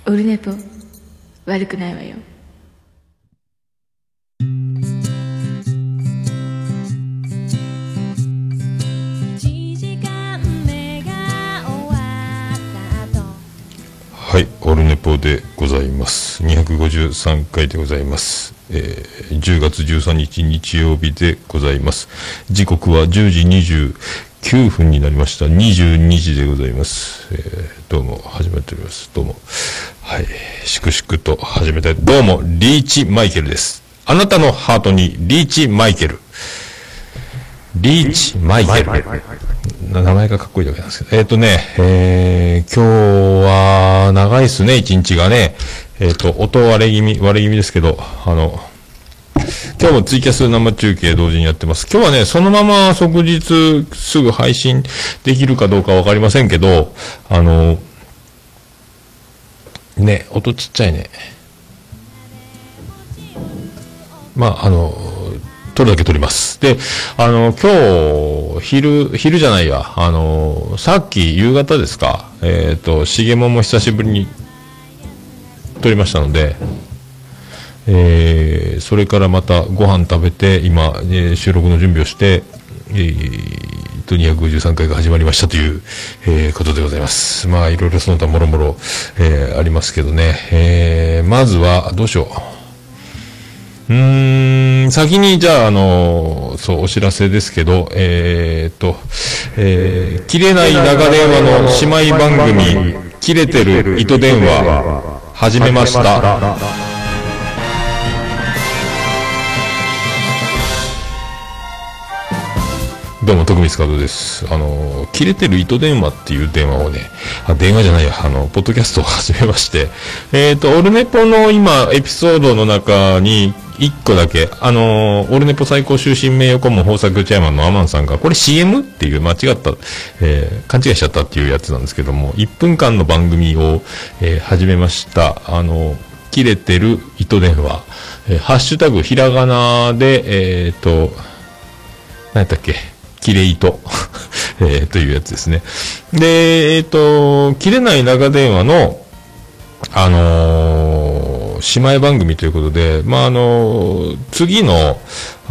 オルネポ悪くないわよ。 はい、オルネポでございます。253回でございます。10月13日日曜日でございます。時刻は10時29分になりました。22時でございます。どうも始めております。どうも。はい、粛々と始めたい。どうも、リーチマイケルです。あなたのハートにリーチマイケル。リーチマイケル。名前がかっこいいだけなんですけど。今日は長いっすね、一日がね。音割れ気味ですけど、今日もツイキャス生中継同時にやってます。今日はね、そのまま即日すぐ配信できるかどうかわかりませんけど、ね、音ちっちゃいね。まあ、撮るだけ撮ります。で、今日、昼じゃないや、さっき夕方ですか、しげもも久しぶりに撮りましたので、それからまたご飯食べて、今、収録の準備をして、253回が始まりましたという、ことでございます。まあ、いろいろその他もろもろ、ありますけどね。まずは、どうしよう。先に、じゃあ、そう、お知らせですけど、切れない長電話の姉妹番組、切れてる糸電話、始めました。どうも、徳光和夫です。切れてる糸電話っていう電話をね、電話じゃないや、ポッドキャストを始めまして、オルネポの今、エピソードの中に、1個だけ、オルネポ最高終身名誉顧問豊作チェアマンのアマンさんが、これ CM? っていう間違った、勘違いしちゃったっていうやつなんですけども、1分間の番組を、始めました。切れてる糸電話、ハッシュタグひらがなで、何やったっけ、切れ糸、というやつですね。で、切れない長電話の、姉妹番組ということで、まあ、次の、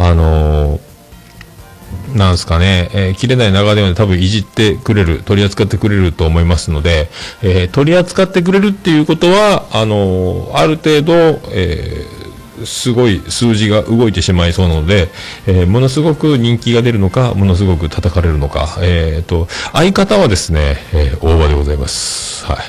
なんすかね、切れない長電話で多分いじってくれる、取り扱ってくれると思いますので、取り扱ってくれるっていうことは、ある程度、すごい数字が動いてしまいそうなので、ものすごく人気が出るのか、ものすごく叩かれるのか、相方はですね、大場でございます。はい。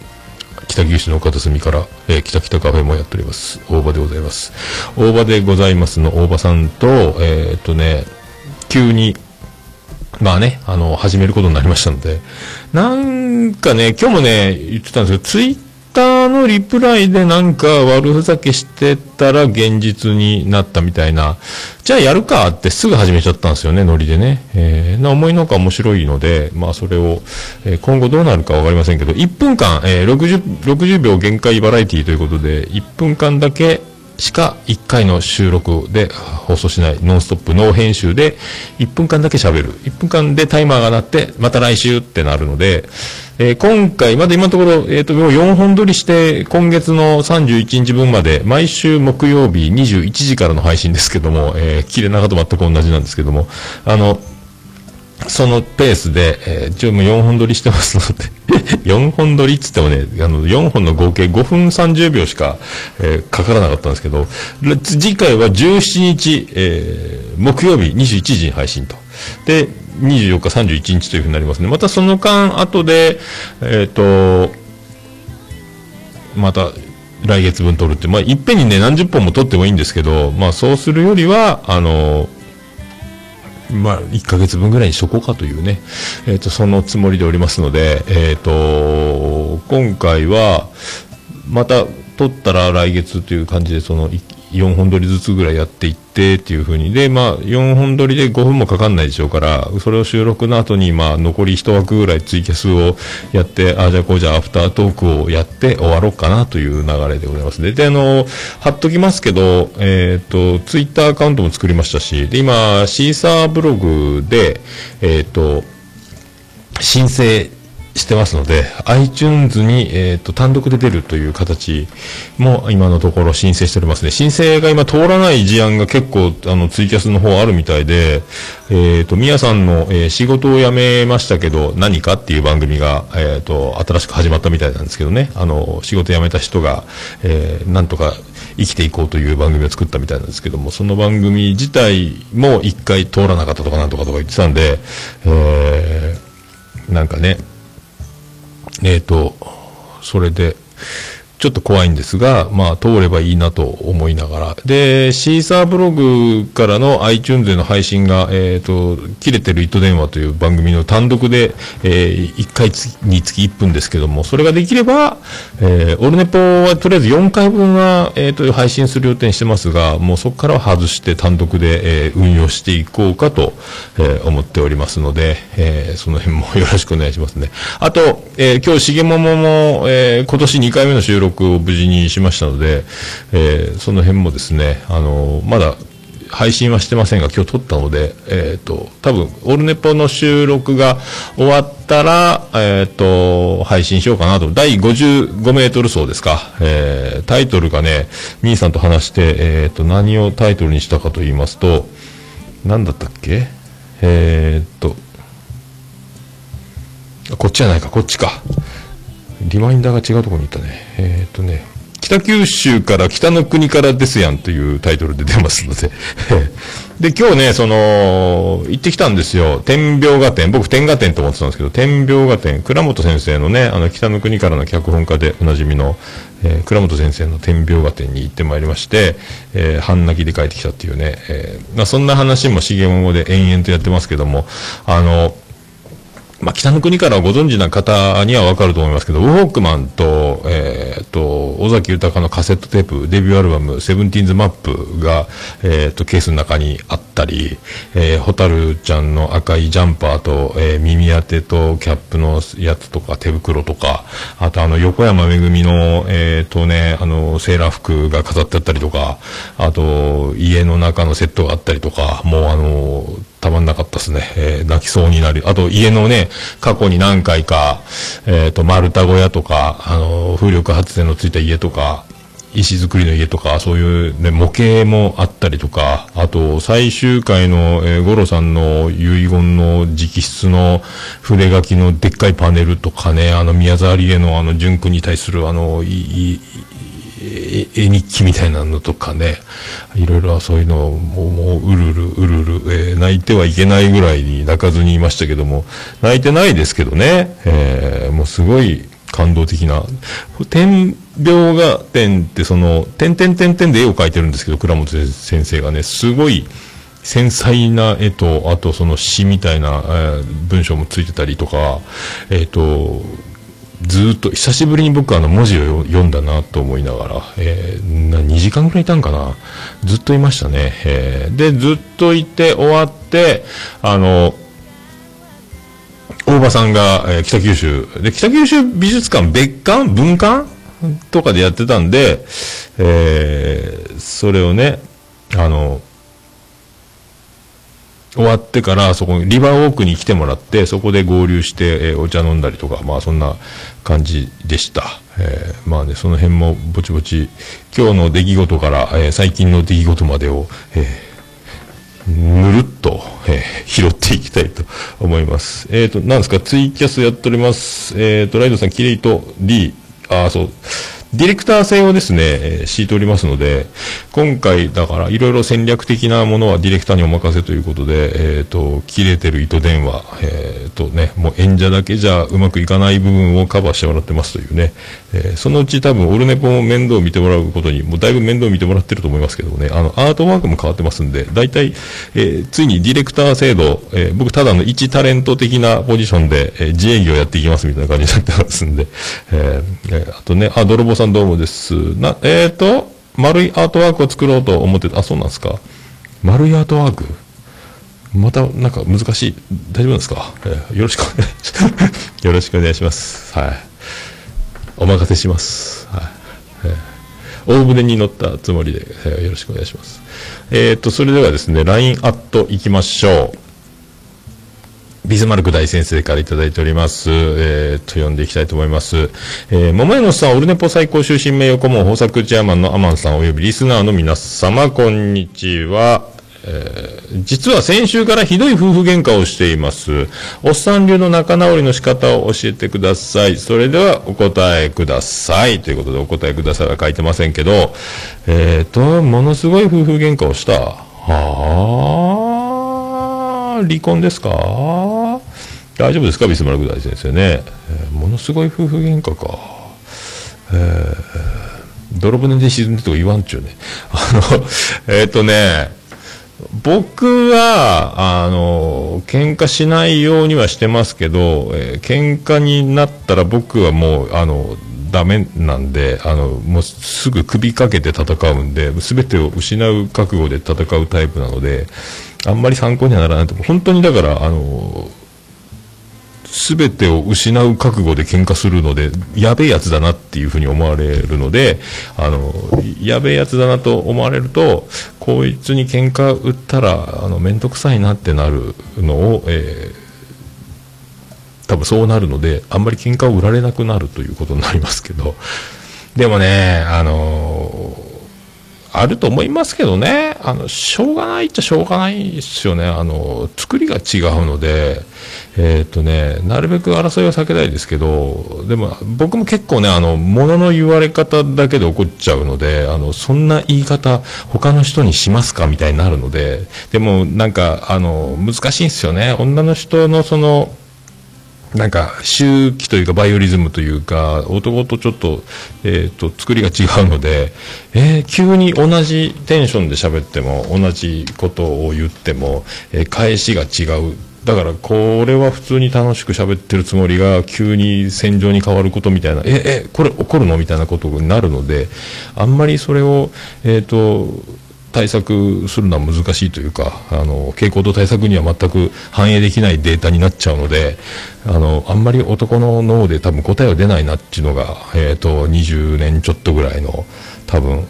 北九州の片隅から、北北カフェもやっております。大場でございます。大場でございますの大場さんと、急に、まあね、始めることになりましたので、なんかね、今日もね、言ってたんですけど、ツイッターのリプライでなんか悪ふざけしてたら現実になったみたいな、じゃあやるかってすぐ始めちゃったんですよね、ノリでね。思いのほか面白いので、まあそれを、今後どうなるかわかりませんけど、1分間、60秒限界バラエティということで、1分間だけしか1回の収録で放送しないノンストップノー編集で1分間だけ喋る。1分間でタイマーが鳴ってまた来週ってなるので、今回まだ今のところ、もう4本撮りして今月の31日分まで毎週木曜日21時からの配信ですけども、切れ長と全く同じなんですけども、そのペースで、一応もう4本撮りしてますので4本撮りっつってもね、4本の合計5分30秒しか、かからなかったんですけど、次回は17日、木曜日21時に配信と。で、24日31日というふうになりますね。またその間、後で、また来月分撮るって、まあ、いっぺんにね、何十本も撮ってもいいんですけど、まあ、そうするよりは、まあ、1ヶ月分ぐらいにしとこうかというね、そのつもりでおりますので、今回は、また撮ったら来月という感じで、4本撮りずつぐらいやっていってっていう風に。で、まあ、4本撮りで5分もかかんないでしょうから、それを収録の後に、まあ、残り1枠ぐらいツイキャスをやって、じゃあこうじゃあアフタートークをやって終わろうかなという流れでございます。で、貼っときますけど、ツイッターアカウントも作りましたし、で、今、シーサーブログで、申請してますので、iTunes に、単独で出るという形も今のところ申請しておりますね。申請が今通らない事案が結構、ツイキャスの方あるみたいで、みやさんの、仕事を辞めましたけど、何かっていう番組が、新しく始まったみたいなんですけどね。仕事辞めた人が、なんとか生きていこうという番組を作ったみたいなんですけども、その番組自体も一回通らなかったとかなんとかとか言ってたんで、なんかね、それで、ちょっと怖いんですが、まあ、通ればいいなと思いながら。で、シーサーブログからの iTunes での配信が、切れてる糸電話という番組の単独で、1回につき1分ですけども、それができれば、オルネポはとりあえず4回分は、配信する予定にしてますが、もうそこからは外して単独で、運用していこうかと、思っておりますので、その辺もよろしくお願いしますね。あと、今日、しげももも、今年2回目の収録を無事にしましたので、その辺もですね、まだ配信はしてませんが、今日撮ったので、多分、オルネポの収録が終わったら、配信しようかなと。第55メートル走ですか。タイトルがね、兄さんと話して、何をタイトルにしたかと言いますと、何だったっけ？こっちじゃないか、こっちか。リマインダーが違うところに行ったね。北九州から北の国からですやんというタイトルで出ますので。で、今日ね、行ってきたんですよ。天描画展。僕、天画展と思ってたんですけど、天描画展。倉本先生のね、北の国からの脚本家でおなじみの、倉本先生の天描画展に行ってまいりまして、半泣きで帰ってきたっていうね。まあ、そんな話もしげももで延々とやってますけども、まあ、北の国からご存知な方にはわかると思いますけど、ウォークマンと、尾崎豊のカセットテープ、デビューアルバム、セブンティーンズマップが、ケースの中にあったり、ホタルちゃんの赤いジャンパーと、耳当てとキャップのやつとか、手袋とか、あと横山めぐみの、セーラー服が飾ってあったりとか、あと、家の中のセットがあったりとか、もうたまんなかったですね。泣きそうになる。あと、家のね、過去に何回か、丸太小屋とか、風力発電のついた家とか、石造りの家とか、そういうね、模型もあったりとか、あと、最終回の、五郎さんの遺言の直筆の筆書きのでっかいパネルとかね、宮沢りえの純君に対する絵日記みたいなのとかね、いろいろそういうのをもううるる、泣いてはいけないぐらいに泣かずにいましたけども、泣いてないですけどね、もうすごい感動的な、天描画展って点々で絵を描いてるんですけど、倉本先生がね、すごい繊細な絵と、あと詩みたいな、文章もついてたりとか、ずーっと、久しぶりに僕文字を読んだなと思いながら、2時間くらいいたんかな。ずっといましたね。で、ずっといて終わって、大場さんが、北九州美術館文館とかでやってたんで、それをね、終わってからそこリバーウォークに来てもらってそこで合流して、お茶飲んだりとかまあそんな感じでした。まあねその辺もぼちぼち今日の出来事から、最近の出来事までを、ぬるっと、拾っていきたいと思います。なんですかツイキャスやっております。ライドさんキレイと D そうディレクター制をですね、敷いておりますので、今回だからいろいろ戦略的なものはディレクターにお任せということで、切れてる糸電話、もう演者だけじゃうまくいかない部分をカバーしてもらってますというね、そのうち多分オルネポも面倒を見てもらうことに、もうだいぶ面倒を見てもらってると思いますけどもね、アートワークも変わってますんで、大体、ついにディレクター制度、僕ただの一タレント的なポジションで、自営業やっていきますみたいな感じになってますんで、あとね、泥棒さんどうもです。丸いアートワークを作ろうと思ってた。そうなんですか。丸いアートワークまたなんか難しい。大丈夫ですか、よろしくよろしくお願いします。はい。お任せします。はい。大船に乗ったつもりで、よろしくお願いします。それではですね、LINE アット行きましょう。 ビスマルク大先生からいただいております。読んでいきたいと思います。桃屋のさん、オルネポ最高終身名誉顧問豊作チェアマンのアマンさんおよびリスナーの皆様、こんにちは。実は先週からひどい夫婦喧嘩をしています。おっさん流の仲直りの仕方を教えてください。それではお答えください。ということでお答えくださいは書いてませんけど、ものすごい夫婦喧嘩をした。離婚ですか？大丈夫ですか、ビスマルク大先生ね。ものすごい夫婦喧嘩か。泥船で沈んでとか言わんちゅうね。僕は、喧嘩しないようにはしてますけど、喧嘩になったら僕はもう、ダメなんで、もうすぐ首かけて戦うんで、すべてを失う覚悟で戦うタイプなので、あんまり参考にはならないと思う。本当にだから、すべてを失う覚悟で喧嘩するので、やべえやつだなっていうふうに思われるので、やべえやつだなと思われると、こいつに喧嘩売ったら、めんどくさいなってなるのを、多分そうなるので、あんまり喧嘩を売られなくなるということになりますけど、でもね、あると思いますけどね、しょうがないっちゃしょうがないですよね。作りが違うので、なるべく争いは避けたいですけど、でも僕も結構ね、物の言われ方だけで怒っちゃうので、そんな言い方他の人にしますかみたいになるので、でもなんか、難しいんですよね。女の人のなんか、周期というか、バイオリズムというか、男とちょっと、作りが違うので、急に同じテンションで喋っても、同じことを言っても、返しが違う。だから、これは普通に楽しく喋ってるつもりが、急に戦場に変わることみたいな、これ怒るのみたいなことになるので、あんまりそれを、対策するのは難しいというか、傾向と対策には全く反映できないデータになっちゃうので、あんまり男の脳で多分答えは出ないなっていうのが、20年ちょっとぐらいの多分、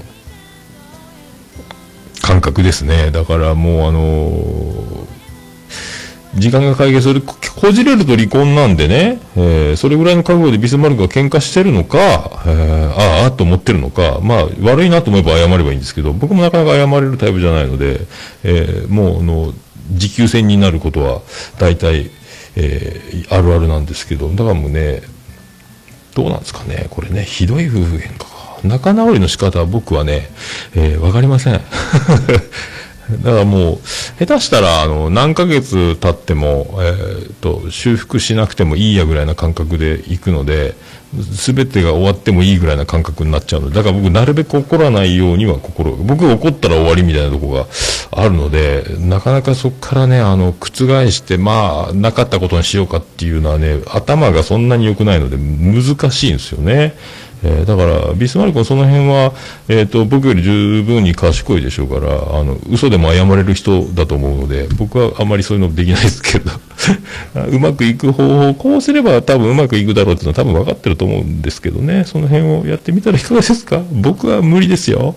感覚ですね。だからもう時間が解決する、こじれると離婚なんでね、それぐらいの覚悟でビスマルクが喧嘩してるのか、と思ってるのか、まあ、悪いなと思えば謝ればいいんですけど、僕もなかなか謝れるタイプじゃないので、もう、持久戦になることは、大体、あるあるなんですけど、だからもうね、どうなんですかね、これね、ひどい夫婦喧嘩か。仲直りの仕方は僕はね、わかりません。だからもう、下手したら、何ヶ月経っても、修復しなくてもいいやぐらいな感覚で行くので、すべてが終わってもいいぐらいな感覚になっちゃうので、だから僕、なるべく怒らないようには僕が怒ったら終わりみたいなとこがあるので、なかなかそこからね、覆して、まあ、なかったことにしようかっていうのはね、頭がそんなに良くないので、難しいんですよね。だから、ビスマルクはその辺は、僕より十分に賢いでしょうから、嘘でも謝れる人だと思うので、僕はあんまりそういうのできないですけど、うまくいく方法、こうすれば多分うまくいくだろうっていうのは多分分かってると思うんですけどね、その辺をやってみたらいかがですか？僕は無理ですよ。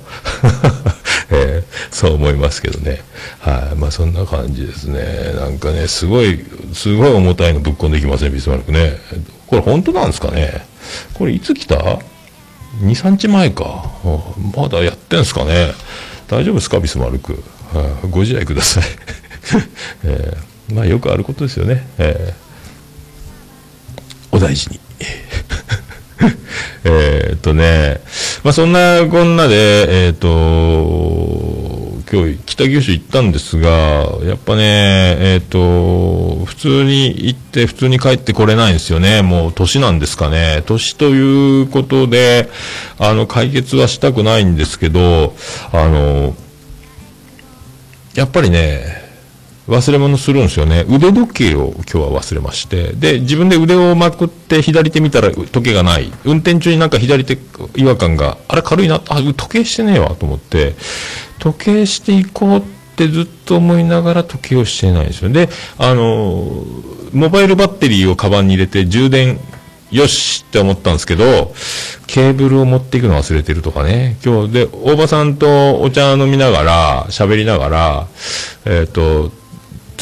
そう思いますけどね。はい。まあそんな感じですね。なんかね、すごい重たいのぶっこんできません、ビスマルクね。これ本当なんですかね？これいつ来た？2、3日前か。まだやってんすかね。大丈夫ですか、ビスマルク。ご自愛ください。まあよくあることですよね。お大事に。まあそんなこんなで、今日北九州行ったんですが、やっぱね、普通に行って普通に帰ってこれないんですよね。もう年なんですかね。年ということで、解決はしたくないんですけど、やっぱりね、忘れ物するんですよね。腕時計を今日は忘れまして。で、自分で腕をまくって左手見たら時計がない。運転中になんか左手違和感が、あれ軽いな、時計してねえわと思って、時計していこうってずっと思いながら時計をしていないんですよ。で、モバイルバッテリーをカバンに入れて充電、よしって思ったんですけど、ケーブルを持っていくの忘れてるとかね。今日で、大場さんとお茶飲みながら、喋りながら、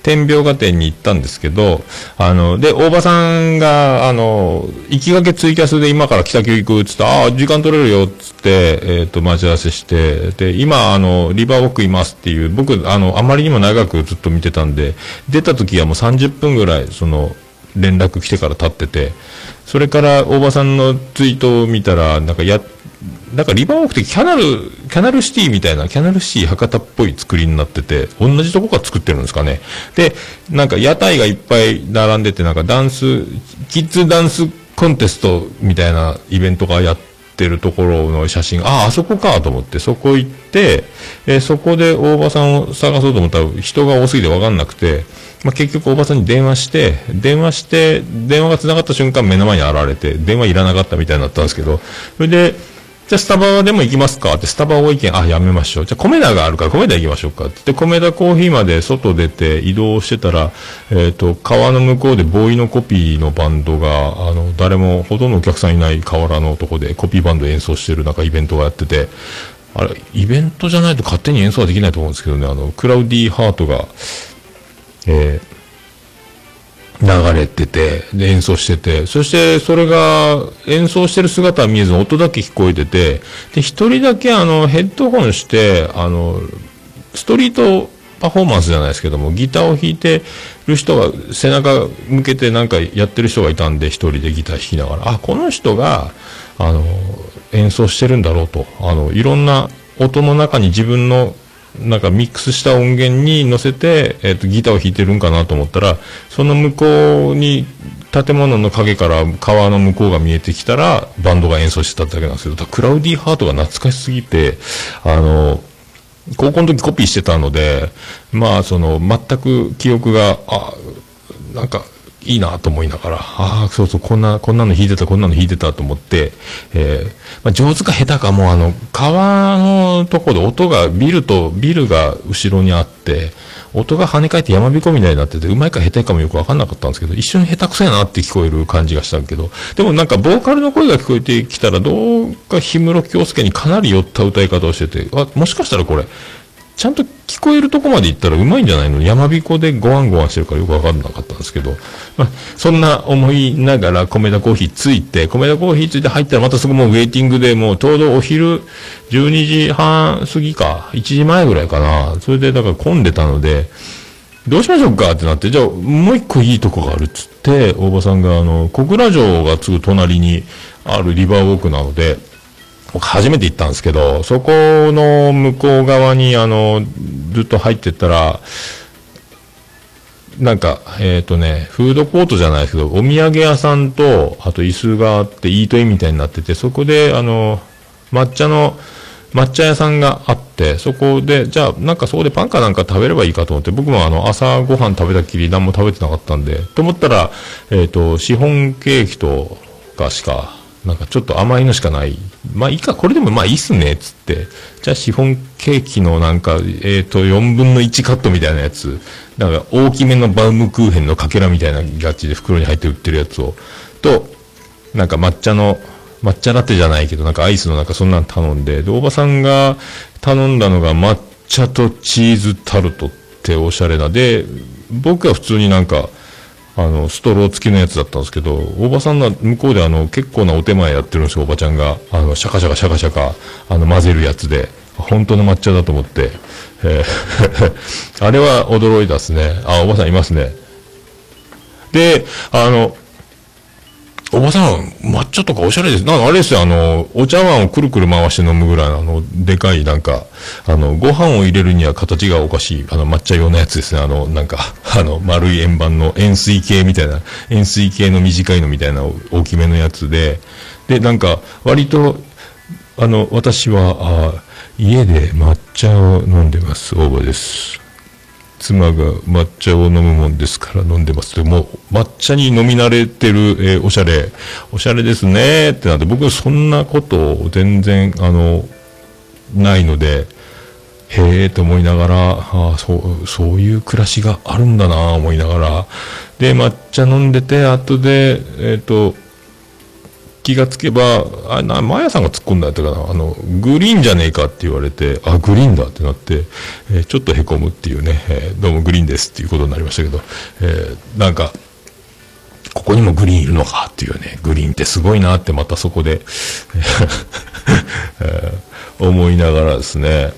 天描画展に行ったんですけど、で、大場さんが、行きがけツイキャスで今から北九行くっつって、時間取れるよっつって、待ち合わせして、で、今、リバーウォークいますっていう、僕、あまりにも長くずっと見てたんで、出た時はもう30分ぐらい、連絡来てから経ってて、それから大場さんのツイートを見たら、なんかリバーウォークってキャナルシティみたいな、キャナルシティ博多っぽい作りになってて、同じとこから作ってるんですかね。で、なんか屋台がいっぱい並んでて、なんかキッズダンスコンテストみたいなイベントがやってるところの写真、あそこかと思って、そこ行って、そこで大場さんを探そうと思ったら人が多すぎて分かんなくて、結局大場さんに電話して、電話が繋がった瞬間目の前に現れて、電話いらなかったみたいになったんですけど、それで、じゃあスタバでも行きますかって、スタバ多いけん、やめましょう。じゃあ米田があるから米田行きましょうかって。米田コーヒーまで外出て移動してたら、川の向こうでボーイのコピーのバンドが、誰もほとんどお客さんいない河原のとこでコピーバンド演奏してるなんかイベントがやってて、あれ、イベントじゃないと勝手に演奏はできないと思うんですけどね、クラウディーハートが、流れてて、で、演奏してて、そして、それが、演奏してる姿は見えず、音だけ聞こえてて、で、一人だけヘッドホンして、ストリートパフォーマンスじゃないですけども、ギターを弾いてる人が、背中向けてなんかやってる人がいたんで、一人でギター弾きながら、この人が、演奏してるんだろうと、いろんな音の中に自分の、なんかミックスした音源に乗せて、ギターを弾いてるんかなと思ったら、その向こうに建物の影から川の向こうが見えてきたら、バンドが演奏してただけなんですけど、クラウディーハートが懐かしすぎて、高校の時コピーしてたので、全く記憶が、なんか、いいなと思いながら、そうそう、こんなの弾いてたと思って、上手か下手かも川のとこで音が、ビルが後ろにあって、音が跳ね返って山びこみたいになってて、うまいか下手かもよくわかんなかったんですけど、一瞬下手くそやなって聞こえる感じがしたけど、でもなんかボーカルの声が聞こえてきたら、どうか氷室京介にかなり寄った歌い方をしてて、もしかしたらこれ、ちゃんと聞こえるとこまで行ったらうまいんじゃないの？山彦でゴワンゴワンしてるからよくわかんなかったんですけど、そんな思いながら米田コーヒー着いて入ったらまたそこもウェイティングでもうちょうどお昼12時半過ぎか、1時前ぐらいかな。それでだから混んでたので、どうしましょうかってなって、じゃあもう一個いいとこがあるっつって、大場さんが小倉城がすぐ隣にあるリバーウォークなので、僕初めて行ったんですけど、そこの向こう側にずっと入ってったら、なんか、フードコートじゃないですけど、お土産屋さんと、あと椅子があって、イートインみたいになってて、そこで、抹茶屋さんがあって、そこで、じゃあ、なんかそこでパンかなんか食べればいいかと思って、僕も朝ごはん食べたきり何も食べてなかったんで、と思ったら、シフォンケーキとかしか、なんかちょっと甘いのしかない。いいか、これでもいいっすね、つって。じゃあシフォンケーキのなんか、4分の1カットみたいなやつ。なんか大きめのバウムクーヘンのかけらみたいなガチで袋に入って売ってるやつを。と、なんか抹茶ラテじゃないけど、なんかアイスのなんかそんなの頼んで、で、大場さんが頼んだのが抹茶とチーズタルトっておしゃれな。で、僕は普通になんか、ストロー付きのやつだったんですけど、大場さんが向こうで結構なお手前やってるんですよ、おばちゃんが。シャカシャカ、混ぜるやつで。本当の抹茶だと思って。あれは驚いたですね。おばさんいますね。で、おばさん、抹茶とかおしゃれです。なんかあれですよ、お茶碗をくるくる回して飲むぐらいの、でかい、なんか、ご飯を入れるには形がおかしい、抹茶用のやつですね。なんか、丸い円盤の円錐形みたいな、円錐形の短いのみたいな大きめのやつで、で、なんか、割と、私は、家で抹茶を飲んでます、大場です。妻が抹茶を飲むもんですから飲んでます。もう、抹茶に飲み慣れてる、おしゃれですねってなって、僕はそんなこと全然、ないので、へーと思いながら、そういう暮らしがあるんだな思いながら、で、抹茶飲んでて、後で、 気がつけば、マヤさんが突っ込んだやったかな、グリーンじゃねえかって言われて、あ、グリーンだってなって、ちょっと凹むっていうね、どうもグリーンですっていうことになりましたけど、なんか、ここにもグリーンいるのかっていうね、グリーンってすごいなってまたそこで、思いながらですね、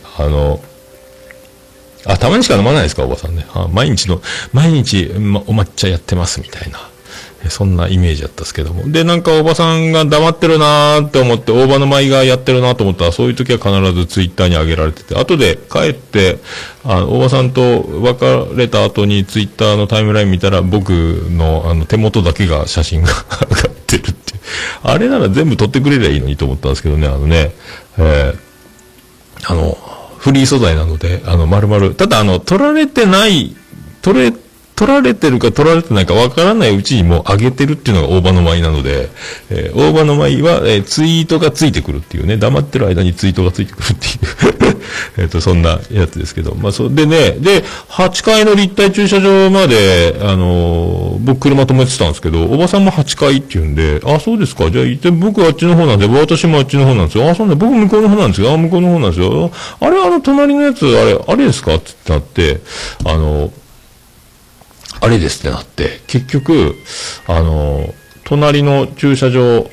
たまにしか飲まないですか、おばさんね。毎日、お抹茶やってますみたいな。そんなイメージだったんですけども。で、なんかおばさんが黙ってるなーって思って、大場の舞がやってるなと思ったら、そういう時は必ずツイッターに上げられてて、後で帰って、大場さんと別れた後にツイッターのタイムライン見たら、僕の手元だけが写真が上がってるっていう。あれなら全部撮ってくれりゃいいのにと思ったんですけどね、フリー素材なので、丸々、ただ撮られてない、撮られてるか撮られてないかわからないうちにもう上げてるっていうのが大場の舞なので、大場の舞は、ツイートがついてくるっていうね、黙ってる間にツイートがついてくるっていう、そんなやつですけど、まあ、でね、で、8階の立体駐車場まで、僕車止めてたんですけど、おばさんも8階って言うんで、あ、そうですか、じゃあ、僕はあっちの方なんで、私もあっちの方なんですよ。あ、そうなんだ、僕向こうの方なんですよ。あ、向こうの方なんですよ。あれ、隣のやつ、あれですかってなって、あれですってなって、結局、隣の駐車場、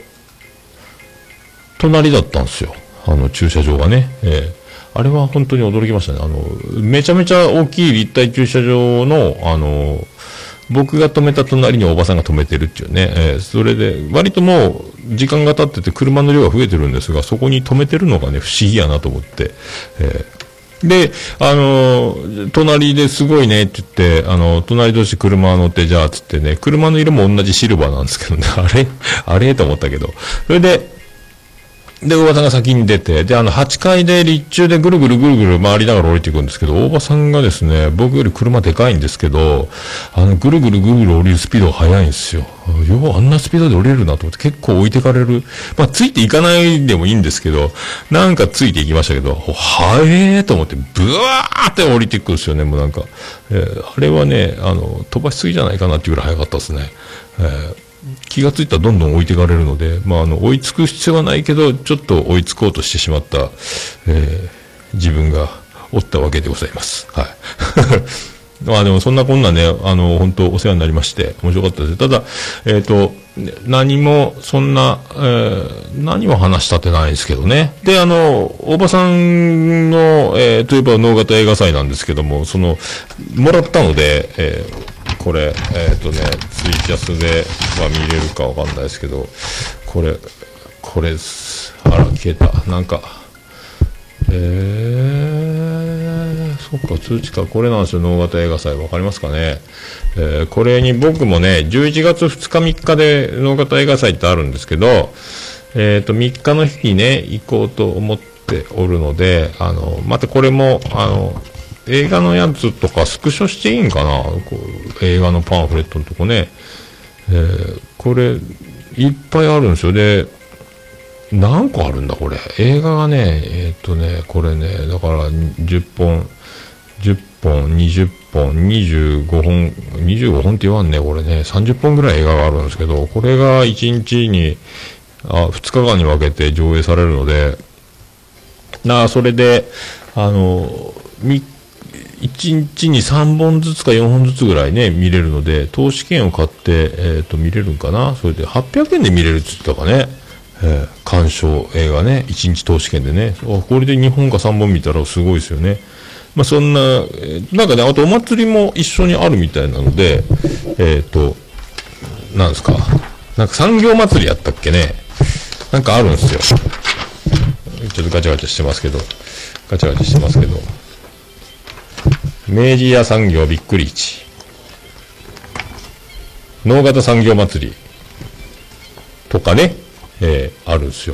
隣だったんですよ。駐車場がね。あれは本当に驚きましたね。めちゃめちゃ大きい立体駐車場の、僕が止めた隣におばさんが止めてるっていうね。それで、割ともう、時間が経ってて車の量が増えてるんですが、そこに止めてるのがね、不思議やなと思って、で、隣ですごいねって言って、隣同士車乗って、じゃあつってね、車の色も同じシルバーなんですけどね、あれと思ったけど。それで、おばさんが先に出て、で、8階で立中でぐるぐる回りながら降りていくんですけど、おばさんがですね、僕より車でかいんですけど、ぐるぐる降りるスピードが速いんですよ。ようあんなスピードで降りれるなと思って結構置いてかれる。まあ、ついていかないでもいいんですけど、なんかついていきましたけど、はえーと思って、ブワーって降りていくんですよね、もうなんか。あれはね、飛ばしすぎじゃないかなっていうぐらい速かったですね。気がついたらどんどん置いてかれるので、まあ、追いつく必要はないけど、ちょっと追いつこうとしてしまった、自分がおったわけでございます。はい。まあでもそんなこんなね、本当お世話になりまして、面白かったです。ただ、何も、そんな、何も話したってないんですけどね。で、大場さんの、といえば能型映画祭なんですけども、もらったので、これ、ツイキャスでは見れるかわかんないですけど、これ、あら、消えた。なんか、そっか、通知か。これなんですよ、能型映画祭。わかりますかね。これに僕もね、11月2日3日で能型映画祭ってあるんですけど、3日の日にね、行こうと思っておるので、またこれも、映画のやつとかスクショしていいんかな、映画のパンフレットのとこね。これ、いっぱいあるんですよ。で、何個あるんだ、これ。映画がね、これね、だから10本、20本、25本って言わんね、これね、30本ぐらい映画があるんですけど、これが1日に、2日間に分けて上映されるので、それで、1日に3本ずつか4本ずつぐらいね、見れるので、投資券を買って、見れるんかな。それで800円で見れるって言ったかね。鑑賞映画ね、1日投資券でね。これで2本か3本見たらすごいですよね。まあそんな、なんかね、あとお祭りも一緒にあるみたいなので、なんですか。なんか産業祭りやったっけね。なんかあるんですよ。ちょっとガチャガチャしてますけど。明治屋産業びっくり市。能型産業祭り。とかね、あるんですよ。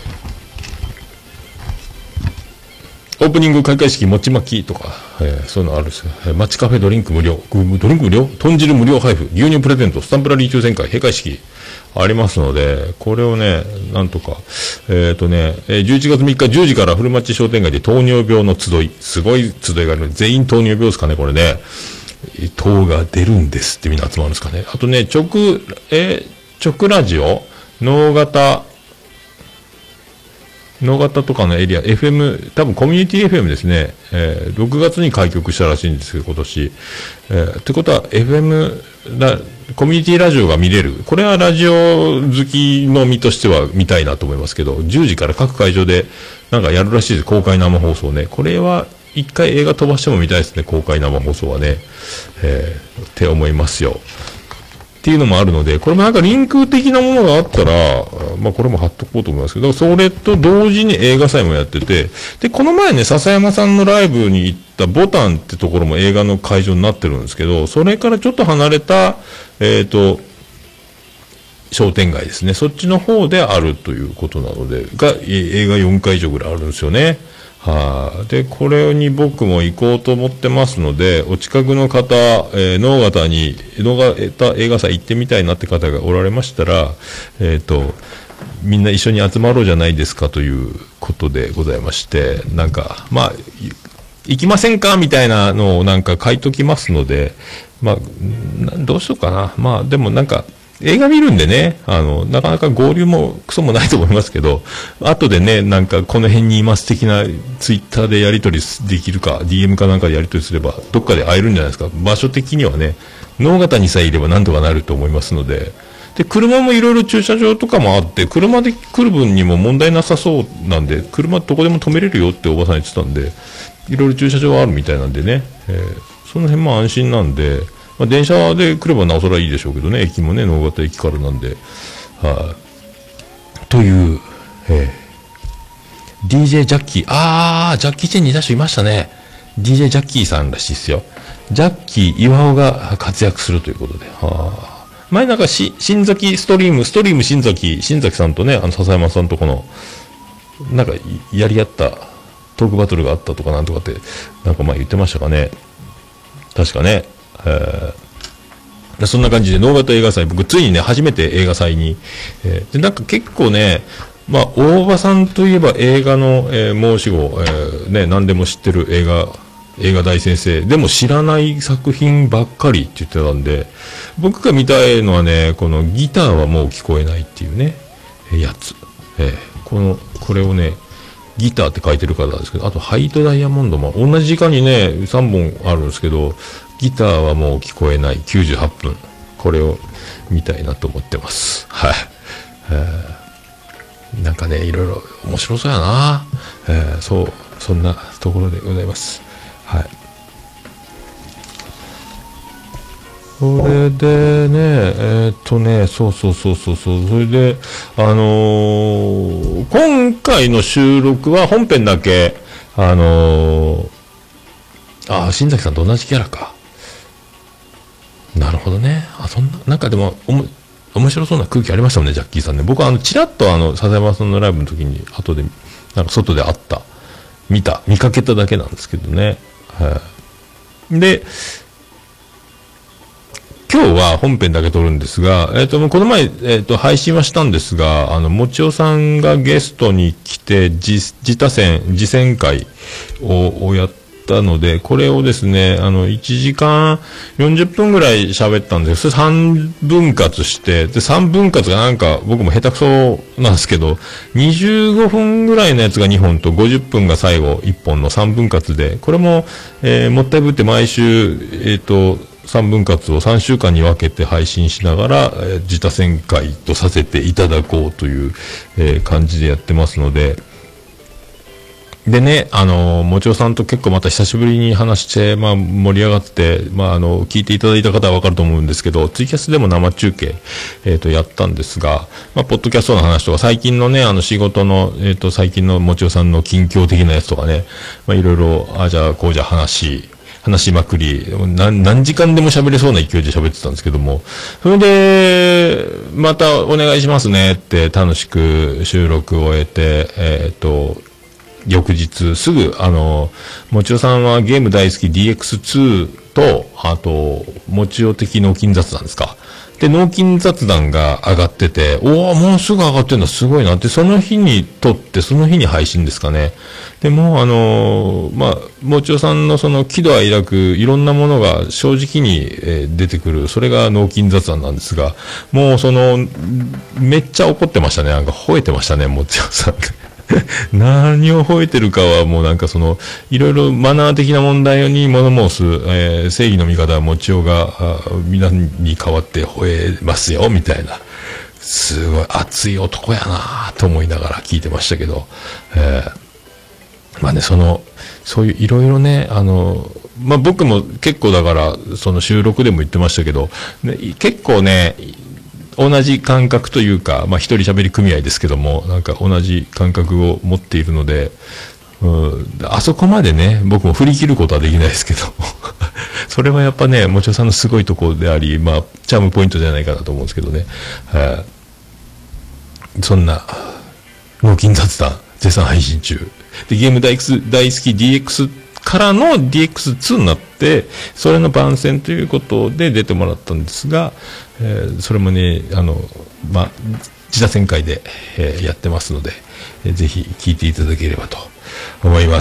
オープニング開会式餅巻きとか、そういうのあるんですよ。街カフェドリンク無料。豚汁無料配布。牛乳プレゼント。スタンプラリー抽選会。閉会式。ありますので、これをね、なんとか。11月3日10時から古町商店街で糖尿病の集い。すごい集いがあるので、全員糖尿病ですかね、これね。糖が出るんですってみんな集まるんですかね。あとね、直ラジオ能形とかのエリア、FM、多分コミュニティ FM ですね、6月に開局したらしいんですけど、今年。ってことは、コミュニティラジオが見れる。これはラジオ好きの身としては見たいなと思いますけど、10時から各会場でなんかやるらしいです。公開生放送ね。これは一回映画飛ばしても見たいですね、公開生放送はね。って思いますよ。っていうのもあるので、これもなんかリンク的なものがあったら、まあこれも貼っとこうと思いますけど、それと同時に映画祭もやってて、で、この前ね、笹山さんのライブに行ったボタンってところも映画の会場になってるんですけど、それからちょっと離れた、商店街ですね。そっちの方であるということなので、映画4会場ぐらいあるんですよね。で、これに僕も行こうと思ってますので、お近くの方、能形映画祭行ってみたいなって方がおられましたら、みんな一緒に集まろうじゃないですかということでございまして、なんか、まあ、行きませんかみたいなのをなんか書いときますので、まあ、どうしようかな。まあ、でもなんか、映画見るんでね、なかなか合流もクソもないと思いますけど、後でね、なんかこの辺にいます的なツイッターでやり取りできるか、DM かなんかでやり取りすれば、どっかで会えるんじゃないですか。場所的にはね、能形にさえいれば何とかなると思いますので、で、車もいろいろ駐車場とかもあって、車で来る分にも問題なさそうなんで、車どこでも止めれるよっておばさん言ってたんで、いろいろ駐車場あるみたいなんでね、その辺も安心なんで、まあ、電車で来ればなおさらいいでしょうけどね、駅もね、能形駅からなんで、という、DJ ジャッキー、ジャッキーチェンにいた人いましたね。DJ ジャッキーさんらしいですよ。ジャッキー岩尾が活躍するということで、前なんか新崎ストリーム新崎さんとね、笹山さんとこの、なんかやり合ったトークバトルがあったとかなんとかって、なんか前言ってましたかね。確かね。そんな感じで能形映画祭、僕ついにね初めて映画祭に、でなんか結構ね、まあ大場さんといえば映画の、申し子、ね何でも知ってる映画大先生でも知らない作品ばっかりって言ってたんで、僕が見たいのはね、このギターはもう聞こえないっていうねやつ、これをねギターって書いてるからなんですけど、あとハイトダイヤモンドも同じ時間にね3本あるんですけど、ギターはもう聞こえない98分、これを見たいなと思ってます。はい。なんかね、いろいろ面白そうやな。そんなところでございます。はい。それでね、そう。それで、今回の収録は本編だけ、新崎さんと同じキャラか。なるほどね。なんかでも、面白そうな空気ありましたもんね、ジャッキーさんね。僕はちらっと笹山さんのライブの時に、後で、なんか外で見かけただけなんですけどね。で、今日は本編だけ撮るんですが、この前、配信はしたんですが、もちおさんがゲストに来て、次戦会をやったので、これをですね、1時間40分ぐらい喋ったんですけど、それ3分割して、で、3分割がなんか、僕も下手くそなんですけど、25分ぐらいのやつが2本と50分が最後1本の3分割で、これも、もったいぶって毎週、3分割を3週間に分けて配信しながら、自他旋回とさせていただこうという、感じでやってますので、でね、もちおさんと結構また久しぶりに話して、まあ盛り上がって、まあ聞いていただいた方はわかると思うんですけど、ツイキャスでも生中継、やったんですが、まあポッドキャストの話とか、最近のね、仕事の、最近のもちおさんの近況的なやつとかね、まあいろいろ、じゃあこうじゃ話しまくり、何時間でも喋れそうな勢いで喋ってたんですけども、それで、またお願いしますねって楽しく収録を終えて、翌日すぐ、もちおさんはゲーム大好き DX2 と、あと、もちお的脳筋雑談ですか。で、脳筋雑談が上がってて、おお、もうすぐ上がってんだ、すごいなって、その日に撮って、その日に配信ですかね。でも、もちおさんのその喜怒哀楽、いろんなものが正直に、出てくる、それが脳筋雑談なんですが、もうめっちゃ怒ってましたね。なんか吠えてましたね、もちおさん。何を吠えてるかはもうなんかいろいろマナー的な問題に物申す、正義の味方はもちおが、皆に代わって吠えますよ、みたいな。すごい熱い男やなと思いながら聞いてましたけど、まあね、そういういろいろね、僕も結構だから、収録でも言ってましたけど、ね、結構ね、同じ感覚というか、一人喋り組合ですけども、なんか同じ感覚を持っているので、あそこまでね、僕も振り切ることはできないですけど、それはやっぱね、もちろさんのすごいところであり、チャームポイントじゃないかなと思うんですけどね。そんな、脳筋雑談、絶賛配信中。で、ゲーム大好き DX からの DX2 になって、それの番宣ということで出てもらったんですが、それもね、自他旋回で、やってますので、ぜひ聴いていただければと思います。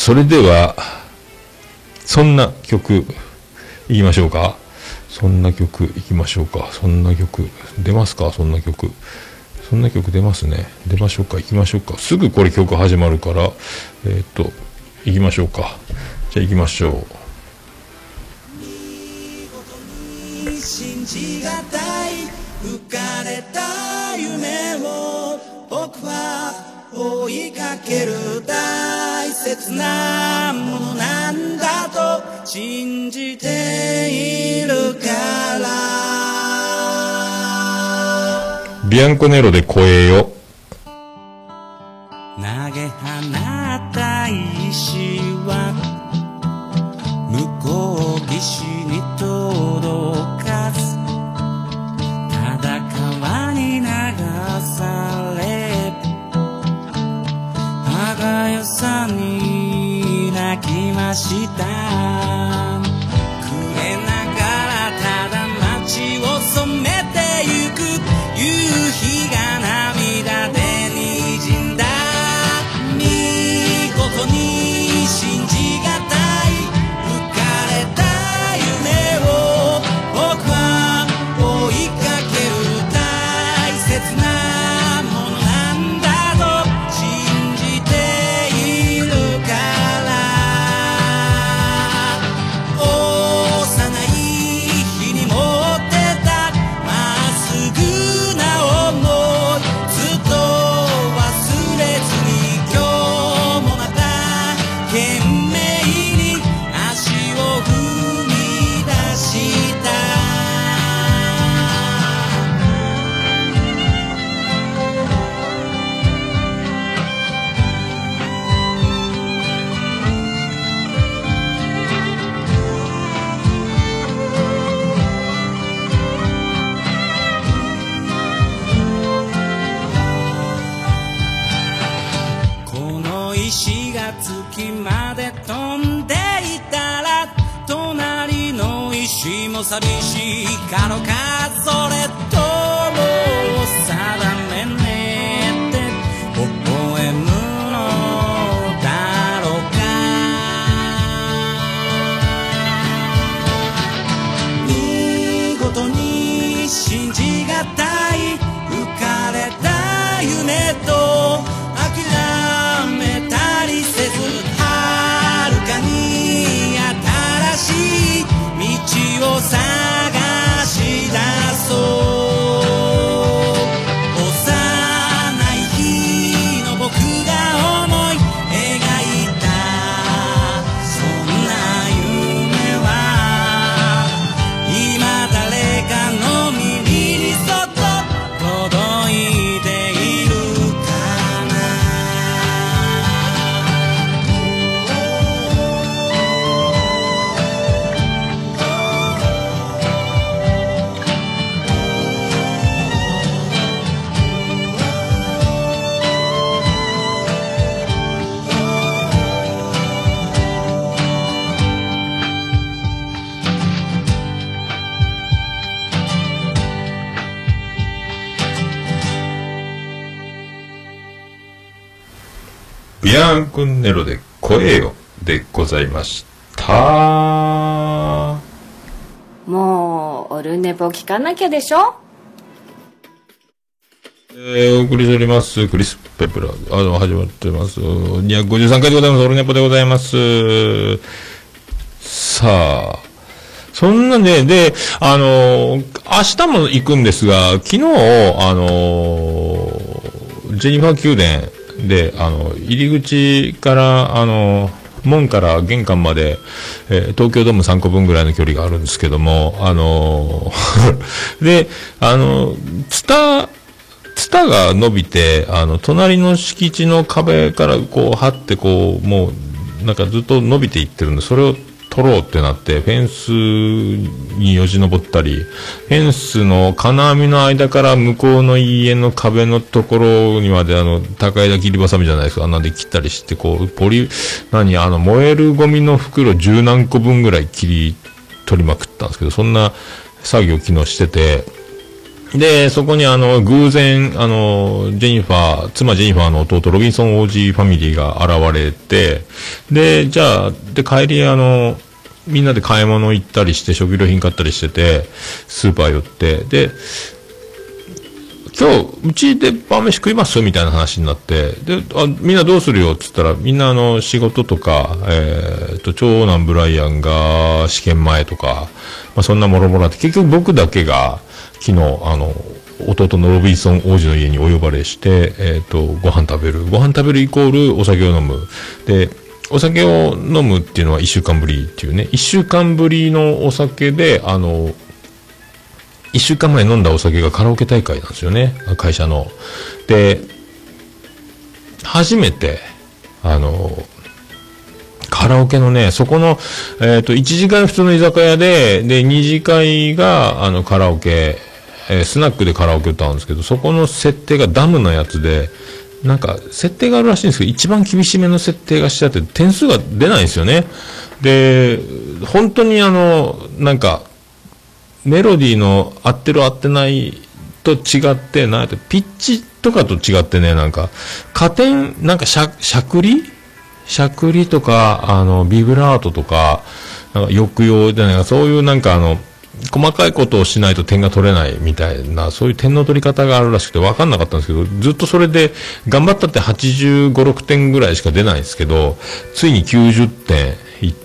それでは、そんな曲、いきましょうか。そんな曲、いきましょうか。そんな曲、出ますかそんな曲。そんな曲出ますね。出ましょうか。行きましょうか。すぐこれ曲始まるから、行きましょうか。じゃあ行きましょう。 信じがたい浮かれた夢を僕は追いかける大切なものなんだと信じているからビアンコネロで声よ。 投げ放った石は向こう岸に届かずただ川に流され歯がゆさに泣きました。暮れながらただ街を染めてゆく夕日が涙で滲んだ。見事に信じがたい浮かれた夢を僕は追いかける大切なものなんだと信じているから幼い日に持ってたまっすぐな想いずっと忘れずに今日もまた懸命に足を踏み出したこの石が月まで飛んでいたら隣の石も寂しいかろかそれとも定めねって微笑むのだろうか。見事に信じがたい浮かれた夢と諦めたりせず遥かに新しい道を探し出そう。 ビアンコネロで声よでございました。 もうオルネポ聞かなきゃでしょ。 お送りしておりますクリス・ペプラ始まってます。253回でございます。オルネポでございます。さあそんなね、で、明日も行くんですが、昨日、ジェニファー宮殿で、入り口から、門から玄関まで、東京ドーム3個分ぐらいの距離があるんですけども、で、ツタが伸びて、隣の敷地の壁からこう、張って、こう、もう、なんかずっと伸びていってるんで、それを取ろうってなって、フェンスによじ登ったり、フェンスの金網の間から向こうの家の壁のところにまで高枝切りばさみじゃないですか。あんなんで切ったりして、こう、燃えるゴミの袋10何個分ぐらい切り取りまくったんですけど、そんな作業昨日してて、で、そこに偶然、妻ジェニファーの弟、ロビンソン王子ファミリーが現れて、で、じゃあ、で、帰りみんなで買い物行ったりして、食料品買ったりしてて、スーパー寄って、で、今日、うちで晩飯食いますみたいな話になって、で、みんなどうするよって言ったら、みんな仕事とか、長男ブライアンが試験前とか、まあ、そんなもろもろあって、結局僕だけが、昨日、弟のロビンソン王子の家にお呼ばれして、ご飯食べるイコールお酒を飲む。で、お酒を飲むっていうのは1週間ぶりっていうね、1週間ぶりのお酒で、1週間前飲んだお酒がカラオケ大会なんですよね、会社の。で、初めて、カラオケのね、そこの、1次会普通の居酒屋で、2次会が、カラオケ、スナックでカラオケ歌うんですけど、そこの設定がダムのやつで、なんか、設定があるらしいんですけど、一番厳しめの設定がしてあって、点数が出ないんですよね。で、本当になんか、メロディーの合ってる合ってないと違って、ピッチとかと違ってね、なんか、加点、なんかしゃくりとか、ビブラートとか、なんか抑揚でね、そういうなんか細かいことをしないと点が取れないみたいな、そういう点の取り方があるらしくて分かんなかったんですけど、ずっとそれで頑張ったって85、6点ぐらいしか出ないんですけど、ついに90点いって、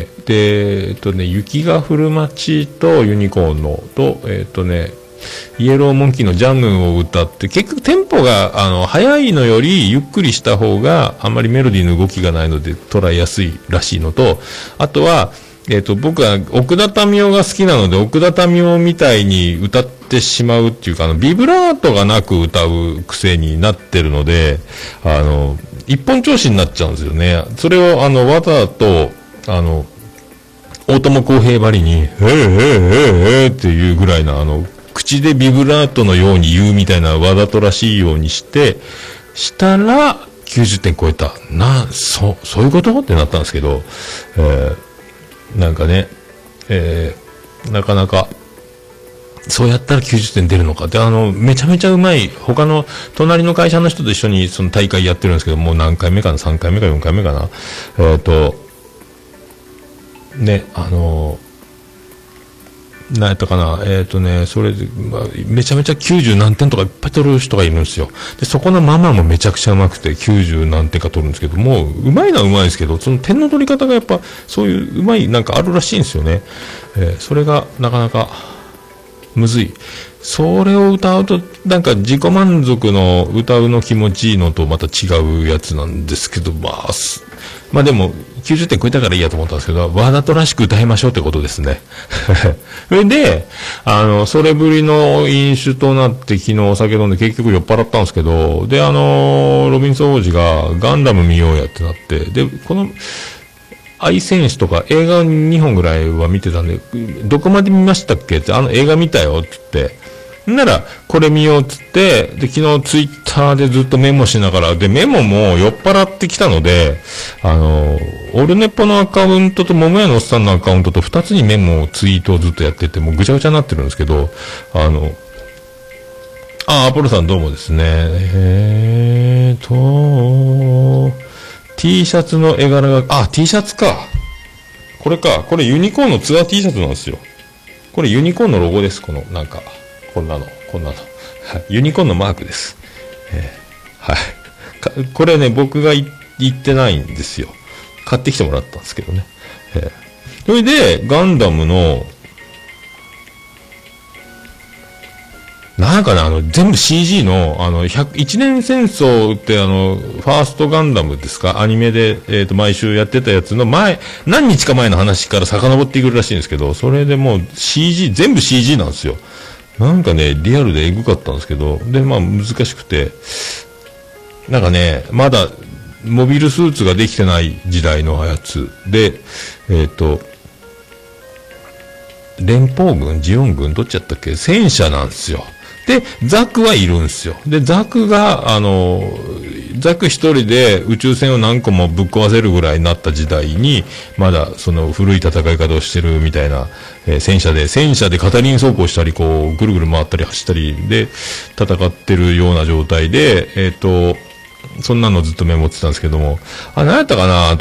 で、雪が降る街とユニコーンのと、イエローモンキーのジャムを歌って、結局テンポが、速いのよりゆっくりした方があんまりメロディーの動きがないので捉えやすいらしいのと、あとは、僕は奥田民生が好きなので、奥田民生みたいに歌ってしまうっていうか、ビブラートがなく歌う癖になってるので、一本調子になっちゃうんですよね。それを、わざと、大友康平ばりに、っていうぐらいな、口でビブラートのように言うみたいなわざとらしいようにしたら、90点超えた。そういうことってなったんですけど、なんかね、なかなか、そうやったら90点出るのか。で、めちゃめちゃうまい、他の、隣の会社の人と一緒にその大会やってるんですけど、もう何回目かな ?3 回目か4回目かなね、何やったかなそれで、めちゃめちゃ90何点とかいっぱい取る人がいるんですよ。で、そこのママもめちゃくちゃうまくて90何点か取るんですけど、もう、うまいのはうまいですけど、その点の取り方がやっぱ、そういううまいなんかあるらしいんですよね。それがなかなか、むずい。それを歌うと、なんか自己満足の歌うの気持ちいいのとまた違うやつなんですけど、まあでも、90点超えたからいいやと思ったんですけど、わざとらしく歌いましょうってことですね。それで、それぶりの飲酒となって昨日お酒飲んで結局酔っ払ったんですけど、で、ロビンソン王子がガンダム見ようやってなって、で、この、愛戦士とか映画2本ぐらいは見てたんで、どこまで見ましたっけって、映画見たよって言って、なら、これ見ようっつって、で、昨日ツイッターでずっとメモしながら、で、メモも酔っ払ってきたので、オルネポのアカウントと桃屋のおっさんのアカウントと2つにメモをツイートをずっとやってて、もうぐちゃぐちゃになってるんですけど、アポロさんどうもですね。 T シャツの絵柄が、T シャツか。これか。これユニコーンのツアー T シャツなんですよ。これユニコーンのロゴです。この、なんか、こんなの。ユニコーンのマークです。はい。これね、僕が言ってないんですよ。買ってきてもらったんですけどね。それで、ガンダムの、なんかね、全部 CG の、一年戦争って、ファーストガンダムですか、アニメで、毎週やってたやつの何日か前の話から遡ってくるらしいんですけど、それでもう CG、全部 CG なんですよ。なんかね、リアルでエグかったんですけど、で、まあ難しくて、なんかね、まだ、モビルスーツができてない時代のやつで、連邦軍、ジオン軍、どっちやったっけ、戦車なんですよ。で、ザクはいるんですよ。で、ザクが、ザク一人で宇宙船を何個もぶっ壊せるぐらいになった時代に、まだその古い戦い方をしてるみたいな、戦車で片輪走行したり、こう、ぐるぐる回ったり走ったりで戦ってるような状態で、そんなのずっとメモってたんですけども、何やったかな、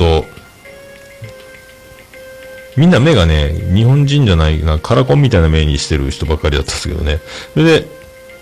みんな目がね、日本人じゃないな、カラコンみたいな目にしてる人ばっかりだったんですけどね。それで、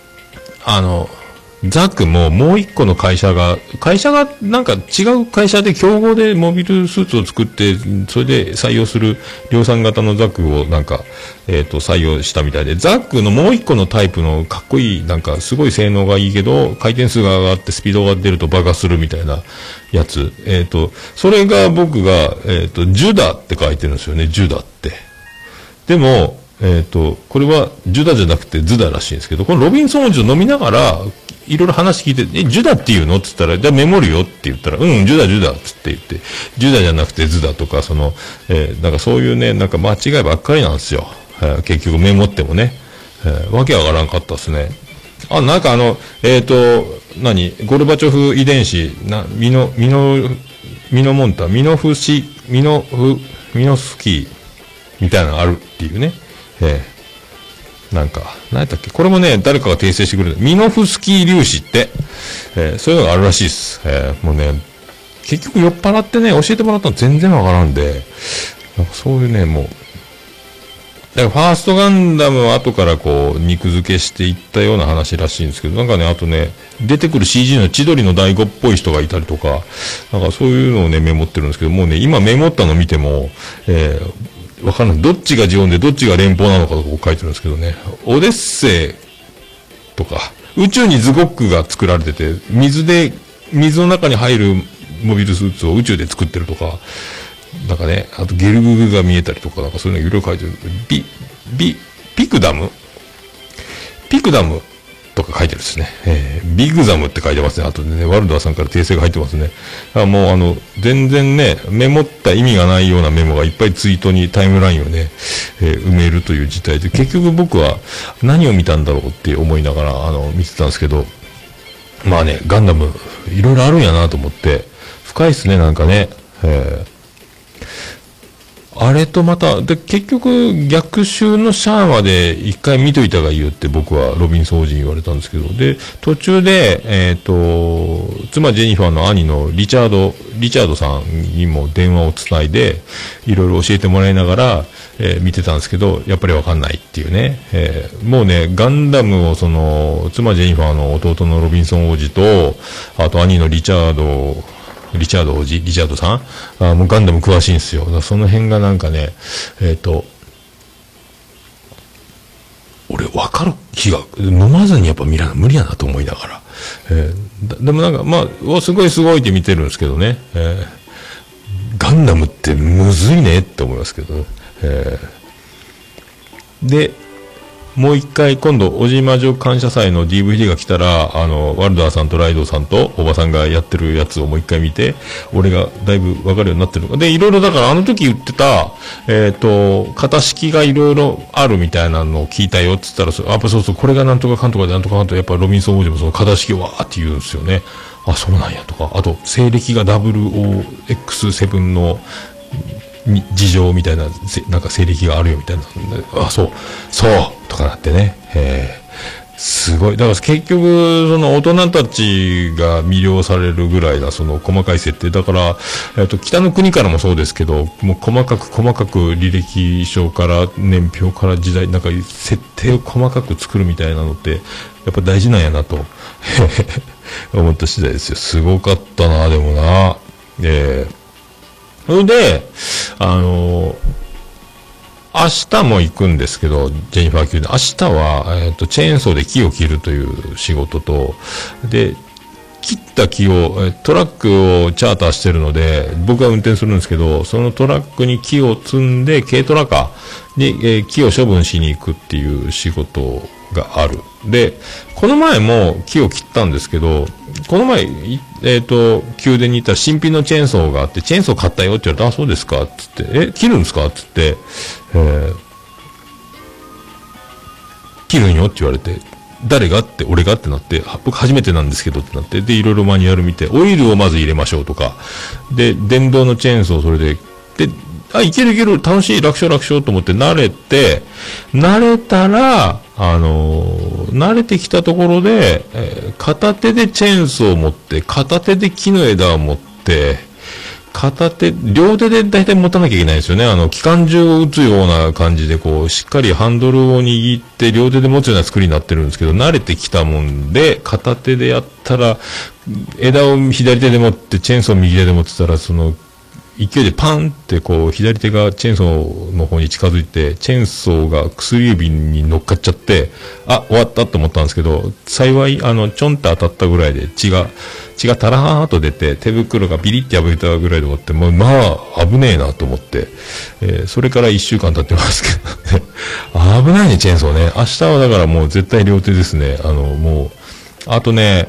ザクももう一個の会社がなんか違う会社で競合でモビルスーツを作って、それで採用する量産型のザクをなんか、採用したみたいで、ザクのもう一個のタイプのかっこいい、なんかすごい性能がいいけど、回転数が上がってスピードが出ると爆破するみたいなやつ。それが僕が、ジュダって書いてるんですよね、ジュダって。でも、これはジュダじゃなくてズダらしいんですけど、このロビンソン王子を飲みながら、いろいろ話聞いて、ジュダっていうのって言ったら、じゃあメモるよって言ったら、ジュダっつって言って、ジュダじゃなくてズダとか、なんかそういうね、なんか間違いばっかりなんですよ。結局メモってもね。わけわからんかったですね。なんかゴルバチョフ遺伝子、ミノモンタ、ミノフスキーみたいなのあるっていうね。なんか、何やったっけ、これもね、誰かが訂正してくれる。ミノフスキー粒子って、そういうのがあるらしいです。もうね、結局酔っ払ってね、教えてもらったの全然わからんで、なんかそういうね、もう、だからファーストガンダムは後からこう、肉付けしていったような話らしいんですけど、なんかね、あとね、出てくる CG の千鳥の大悟っぽい人がいたりとか、なんかそういうのをね、メモってるんですけど、もうね、今メモったの見ても、わかんない。どっちがジオンでどっちが連邦なのかとこう書いてるんですけどね。オデッセイとか、宇宙にズゴックが作られてて、水の中に入るモビルスーツを宇宙で作ってるとか、なんかね、あとゲルググが見えたりとか、なんかそういうのいろいろ書いてる。ピクダムとか書いてるんですね。ビグザムって書いてますね。あとね、ワルダーさんから訂正が入ってますね。もう全然ね、メモった意味がないようなメモがいっぱいツイートにタイムラインをね、埋めるという事態で、結局僕は何を見たんだろうって思いながら、見てたんですけど、まあね、ガンダム、いろいろあるんやなと思って、深いっすね、なんかね。あれとまた、で、結局、逆襲のシャアまで一回見といたがいいよって僕はロビンソン王子に言われたんですけど、で、途中で、妻ジェニファーの兄のリチャードさんにも電話をつないで、いろいろ教えてもらいながら、見てたんですけど、やっぱりわかんないっていうね。もうね、ガンダムを妻ジェニファーの弟のロビンソン王子と、あと兄のリチャードさんもうガンダム詳しいんですよ。だからその辺がなんかね、俺分かる気が、飲まずにやっぱ見ら無理やなと思いながら。でもなんか、まあ、すごいって見てるんですけどね。ガンダムってむずいねって思いますけど、で、もう一回今度、小島女感謝祭の DVD が来たら、ワルダーさんとライドさんとおばさんがやってるやつをもう一回見て、俺がだいぶわかるようになってる。で、いろいろだから時言ってた、型式がいろいろあるみたいなのを聞いたよって言ったら、やっぱそう、これがなんとかかんとかでなんとかかんとか、やっぱロビンソン王子もその型式をわーって言うんですよね。そうなんやとか、あと、西暦が WOX7 の、事情みたいな、なんか西暦があるよみたいな。そうとかなってね。 すごい。だから結局、その大人たちが魅了されるぐらいな、その細かい設定。だから、北の国からもそうですけど、もう細かく履歴書から年表から時代、なんか設定を細かく作るみたいなのって、やっぱ大事なんやなと、思った次第ですよ。すごかったな、でもな。それで、明日も行くんですけど、ジェニファー級で。明日は、チェーンソーで木を切るという仕事と、で、切った木を、トラックをチャーターしてるので、僕が運転するんですけど、そのトラックに木を積んで、軽トラカーに、木を処分しに行くっていう仕事がある。で、この前も木を切ったんですけど、この前、宮殿に行ったら新品のチェーンソーがあって、チェーンソー買ったよって言われて、あ、そうですかつって、切るんですかつって、切るんよって言われて、誰がって、俺がってなって、僕初めてなんですけどってなって、で、いろいろマニュアル見て、オイルをまず入れましょうとか、で、電動のチェーンソーそれで、で、あ、いけるいける、楽しい、楽勝と思って慣れたら、慣れてきたところで、片手でチェーンソーを持って、片手で木の枝を持って、両手で大体持たなきゃいけないんですよね。機関銃を撃つような感じで、こう、しっかりハンドルを握って、両手で持つような作りになってるんですけど、慣れてきたもんで、片手でやったら、枝を左手で持って、チェーンソーを右手で持ってたら、その、勢いでパンってこう、左手がチェーンソーの方に近づいて、チェーンソーが薬指に乗っかっちゃって、あ、終わったと思ったんですけど、幸い、ちょんって当たったぐらいで血がタラーっと出て、手袋がビリって破れたぐらいで思って、もう、まあ、危ねえなと思って、それから1週間経ってますけどね。危ないね、チェーンソーね。明日はだからもう絶対両手ですね。もう、あとね、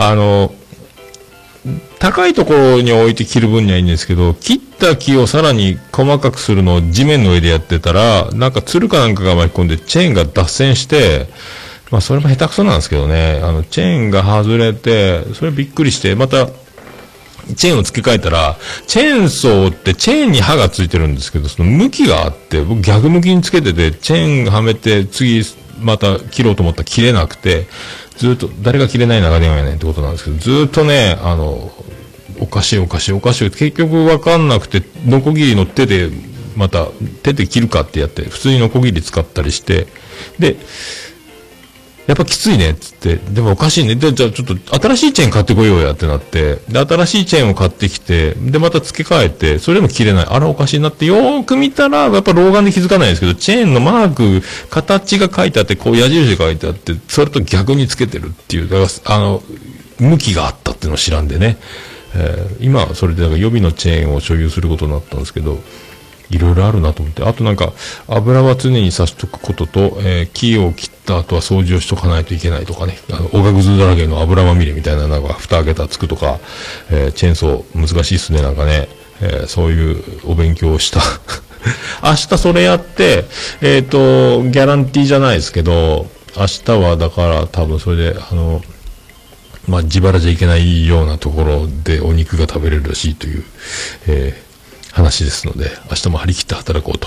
高いところに置いて切る分にはいいんですけど、切った木をさらに細かくするのを地面の上でやってたら、なんかツルかなんかが巻き込んでチェーンが脱線して、まあそれも下手くそなんですけどね、チェーンが外れて、それびっくりして、また、チェーンを付け替えたら、チェーンソーってチェーンに刃がついてるんですけど、その向きがあって、僕逆向きにつけてて、チェーンはめて、次、また切ろうと思ったら切れなくて、ずっと、誰が切れない長電話やねんってことなんですけど、ずっとね、おかしい。結局わかんなくて、ノコギリの手で、また、手で切るかってやって、普通にノコギリ使ったりして、で、やっぱきついねっつって、でもおかしいね。じゃあちょっと新しいチェーン買ってこようやってなって、で、新しいチェーンを買ってきて、で、また付け替えて、それでも切れない。あらおかしいなって、よーく見たら、やっぱ老眼で気づかないんですけど、チェーンのマーク、形が書いてあって、こう矢印が書いてあって、それと逆につけてるっていう、だから向きがあったっていうのを知らんでね。今、それで、予備のチェーンを所有することになったんですけど、いろいろあるなと思って。あとなんか、油は常に刺しとくことと、木を切った後は掃除をしとかないといけないとかね。おがくずだらけの油まみれみたいな、なんか、蓋開けたらつくとか、チェーンソー、難しいっすね、なんかね。そういうお勉強をした。明日それやって、ギャランティーじゃないですけど、明日はだから多分それで、まあ、自腹じゃいけないようなところでお肉が食べれるらしいという、話ですので、明日も張り切って働こうと。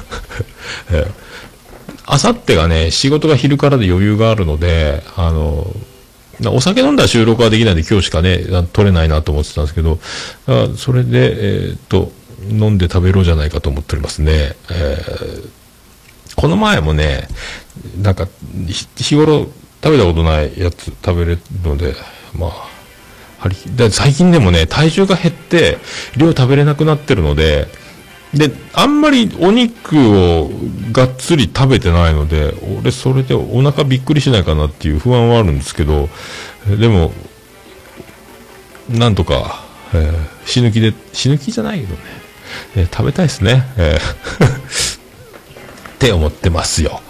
あさってがね、仕事が昼からで余裕があるので、お酒飲んだら収録はできないんで今日しかね、取れないなと思ってたんですけど、それで、飲んで食べろじゃないかと思っておりますね。この前もね、なんか、日頃食べたことないやつ食べれるので、まあ、最近でもね、体重が減って、量食べれなくなってるので、で、あんまりお肉をがっつり食べてないので、俺それでお腹びっくりしないかなっていう不安はあるんですけど、でも、なんとか、死ぬ気じゃないけどね、食べたいですね、って思ってますよ。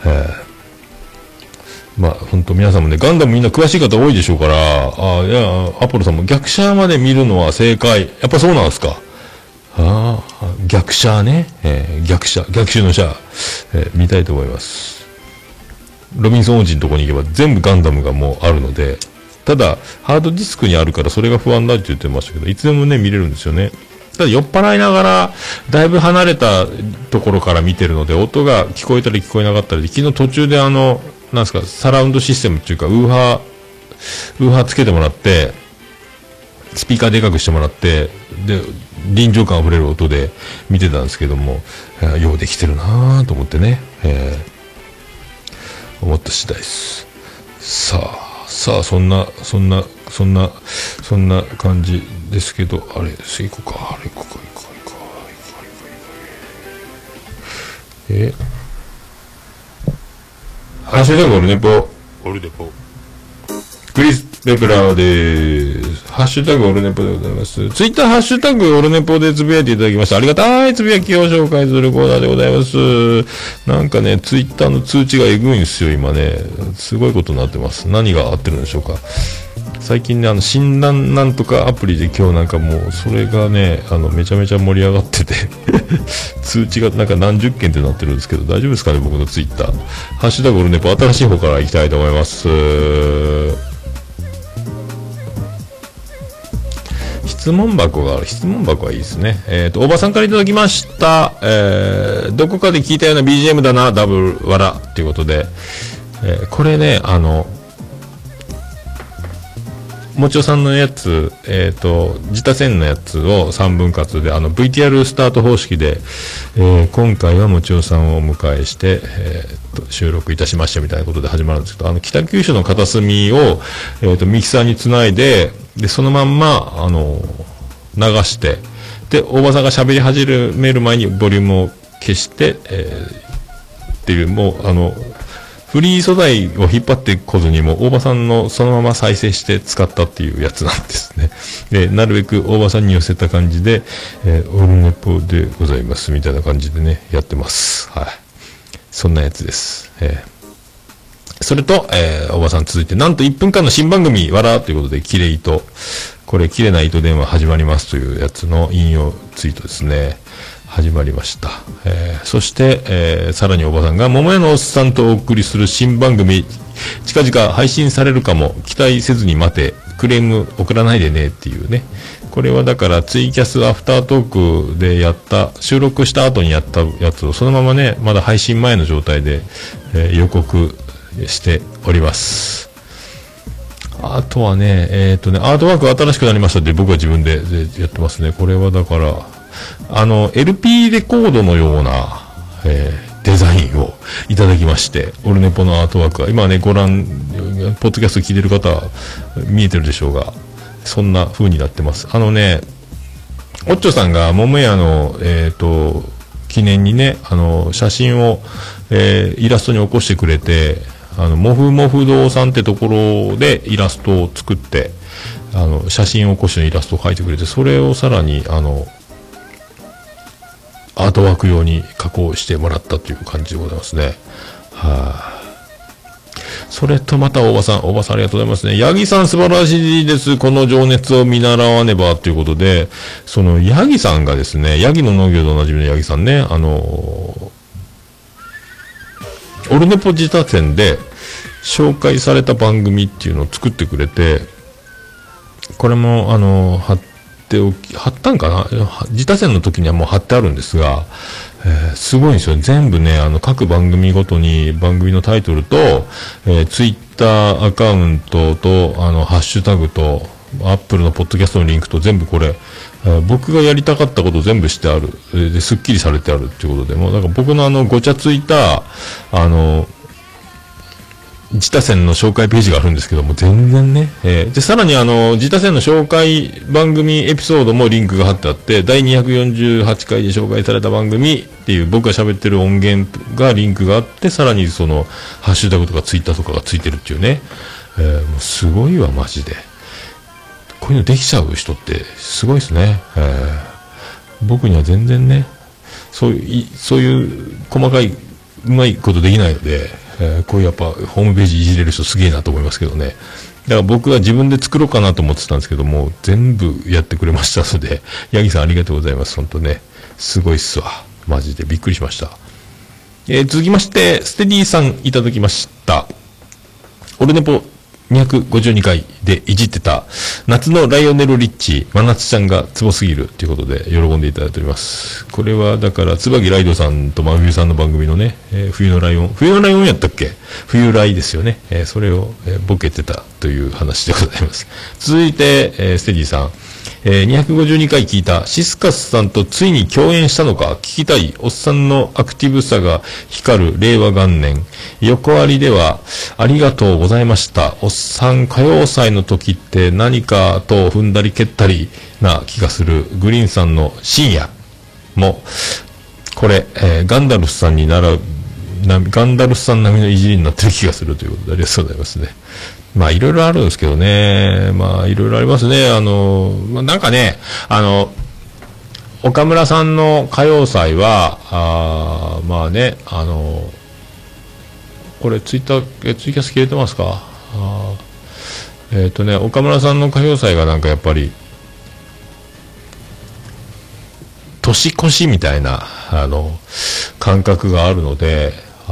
まあ、本当皆さんもね、ガンダムみんな詳しい方多いでしょうから、いや、アポロさんも逆シャアまで見るのは正解。やっぱそうなんですか。逆シャアね。逆襲のシャア、見たいと思います。ロビンソン王子のとこに行けば全部ガンダムがもうあるので、ただ、ハードディスクにあるからそれが不安だって言ってましたけど、いつでもね、見れるんですよね。ただ酔っ払いながら、だいぶ離れたところから見てるので、音が聞こえたり聞こえなかったりで、昨日途中でなんすか、サラウンドシステムっていうか、ウーハーつけてもらって、スピーカーでかくしてもらって、で、臨場感あふれる音で見てたんですけども、ようできてるなぁと思ってね、思った次第です。さあ、そんな感じですけど、あれ、行こうか。ハッシュタグオルネポ。クリス・ペプラーでーす。ハッシュタグオルネポでございます。ツイッターハッシュタグオルネポでつぶやいていただきました。ありがたいつぶやきを紹介するコーナーでございます。なんかね、ツイッターの通知がえぐいんですよ、今ね。すごいことになってます。何が合ってるんでしょうか。最近ね、診断なんとかアプリで今日なんかもう、それがね、めちゃめちゃ盛り上がってて、通知がなんか何十件ってなってるんですけど、大丈夫ですかね、僕のツイッター。ハッシュタグオルネポ、新しい方から行きたいと思います。質問箱がある。質問箱はいいですね。おばさんからいただきました。どこかで聞いたような BGM だな、ダブルわら。ということで、これね、もちおさんのやつ、自他戦のやつを3分割で、VTR スタート方式で、今回はもちおさんをお迎えして、収録いたしましたみたいなことで始まるんですけど、北九州の片隅を、ミキサーにつないで、そのまんま、流して、で、大場さんが喋り始める前にボリュームを消して、っていう、もう、フリー素材を引っ張ってこずにも大場さんのそのまま再生して使ったっていうやつなんですね。で、なるべく大場さんに寄せた感じで、オルネポでございますみたいな感じでね、やってます。はい。そんなやつです。それと、大場さん続いて、なんと1分間の新番組、わらということで、キレ糸。これ、キレな糸電話始まりますというやつの引用ツイートですね。始まりました。そして、さらにおばさんが、桃屋のおっさんとお送りする新番組、近々配信されるかも、期待せずに待て、クレーム送らないでねっていうね。これはだからツイキャスアフタートークでやった、収録した後にやったやつをそのままね、まだ配信前の状態で、予告しております。あとはね、アートワーク新しくなりましたって僕は自分でやってますね。これはだから、LP レコードのような、デザインをいただきまして、オルネポのアートワークは、今ね、ポッドキャスト聞いてる方、見えてるでしょうが、そんな風になってます。おっちょさんが、桃屋の、記念にね、写真を、イラストに起こしてくれて、もふもふ堂さんってところでイラストを作って、写真を起こしてのイラストを描いてくれて、それをさらに、アートワーク用に加工してもらったという感じでございますね。はい、それとまた大場さんありがとうございますね。ヤギさん素晴らしいです。この情熱を見習わねばということで、そのヤギさんがですね、ヤギの農業でおなじみのヤギさんね、オルネポ自他戦で紹介された番組っていうのを作ってくれて、これも貼ったんかな、自他戦の時にはもう貼ってあるんですが、すごいんですよ。全部ね、各番組ごとに番組のタイトルと、ツイッターアカウントと、ハッシュタグと、アップルのポッドキャストのリンクと全部これ、僕がやりたかったこと全部してある。で、スッキリされてあるっていうことで、もうなんか僕のごちゃついた、自他戦の紹介ページがあるんですけども、全然ね。で、さらに自他戦の紹介番組エピソードもリンクが貼ってあって、第248回で紹介された番組っていう僕が喋ってる音源がリンクがあって、さらにその、ハッシュタグとかツイッターとかがついてるっていうね。もうすごいわ、マジで。こういうのできちゃう人ってすごいですね。僕には全然ね、そういう細かい、うまいことできないので、こういうやっぱホームページいじれる人すげえなと思いますけどね。だから僕は自分で作ろうかなと思ってたんですけども、全部やってくれましたので、ヤギさんありがとうございます。本当ね、すごいっすわ。マジでびっくりしました。続きまして、ステディさんいただきました。オルネポ 252回でいじってた夏のライオネルリッチ真夏ちゃんがツボすぎるということで喜んでいただいております。これはだから椿ライドさんと真冬さんの番組のね、冬のライオンやったっけ、冬ライですよね、それを、ボケてたという話でございます。続いて、ステディさん、252回聞いたシスカスさんとついに共演したのか聞きたいおっさんのアクティブさが光る令和元年。横ありではありがとうございました。おっさん歌謡祭の時って何かと踏んだり蹴ったりな気がする。グリーンさんの深夜もこれ、ガンダルスさんにガンダルスさん並みのいじりになってる気がするということでありがとうございますね。まあいろいろあるんですけどね。まあいろいろありますね。なんかね、岡村さんの歌謡祭は、まあね、これツイキャス切れてますか？岡村さんの歌謡祭がなんかやっぱり、年越しみたいな、感覚があるので、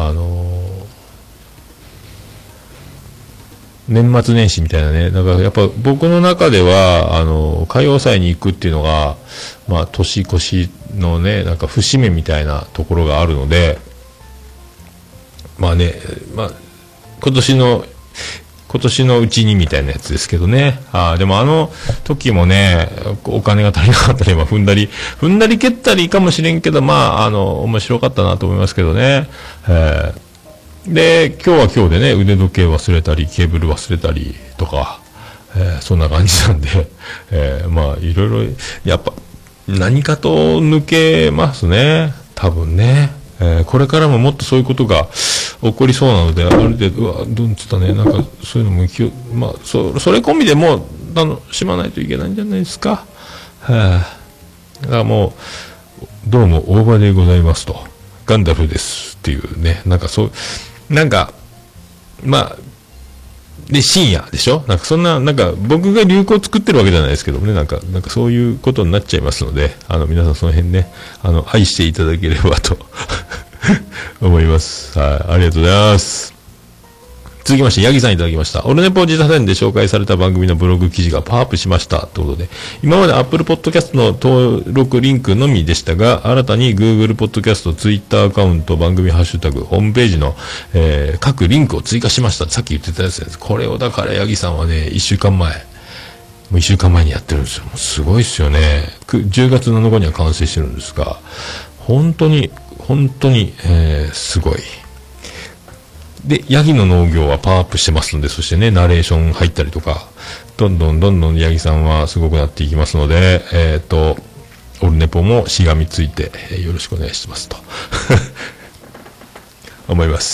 年末年始みたいなね。だからやっぱ僕の中では、歌謡祭に行くっていうのが、まあ年越しのね、なんか節目みたいなところがあるので、まあね、まあ、今年のうちにみたいなやつですけどね。でも時もね、お金が足りなかったり、踏んだり蹴ったりかもしれんけど、まあ、面白かったなと思いますけどね。で、今日は今日でね、腕時計忘れたり、ケーブル忘れたりとか、そんな感じなんで、まあ、いろいろ、やっぱ、何かと抜けますね。多分ね。これからももっとそういうことが起こりそうなので、ある程度、どんつったね、なんか、そういうのもまあ、それ込みでもう、楽しまないといけないんじゃないですか。だからもう、どうも、大場でございますと。ガンダルですっていうね、なんかなんか、まあ、で、深夜でしょ？なんかそんな、なんか僕が流行作ってるわけじゃないですけどもね、なんかそういうことになっちゃいますので、皆さんその辺ね、愛していただければと思います。はい、ありがとうございます。続きまして、ヤギさんいただきました。オルネポ自他戦で紹介された番組のブログ記事がパワーアップしました。ということで、今まで Apple Podcast の登録リンクのみでしたが、新たに Google Podcast、Twitter アカウント、番組ハッシュタグ、ホームページの、各リンクを追加しました。さっき言ってたやつです。これをだからヤギさんはね、もう1週間前にやってるんですよ。もうすごいですよね。10月7日には完成してるんですが、本当に、すごい。で、ヤギの農業はパワーアップしてますので、そしてね、ナレーション入ったりとか、どんどんヤギさんはすごくなっていきますので、オルネポもしがみついて、よろしくお願いしますと。思います。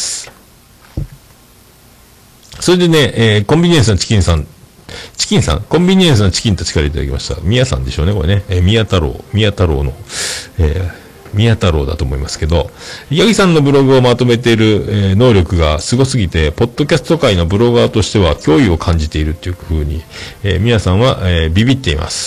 それでね、コンビニエンスのチキンさん、コンビニエンスのチキンたちからいただきました。宮さんでしょうね、これね。宮太郎の、宮太郎だと思いますけど、ヤギさんのブログをまとめている、能力がすごすぎて、ポッドキャスト界のブロガーとしては脅威を感じているという風に、皆さんは、ビビっています。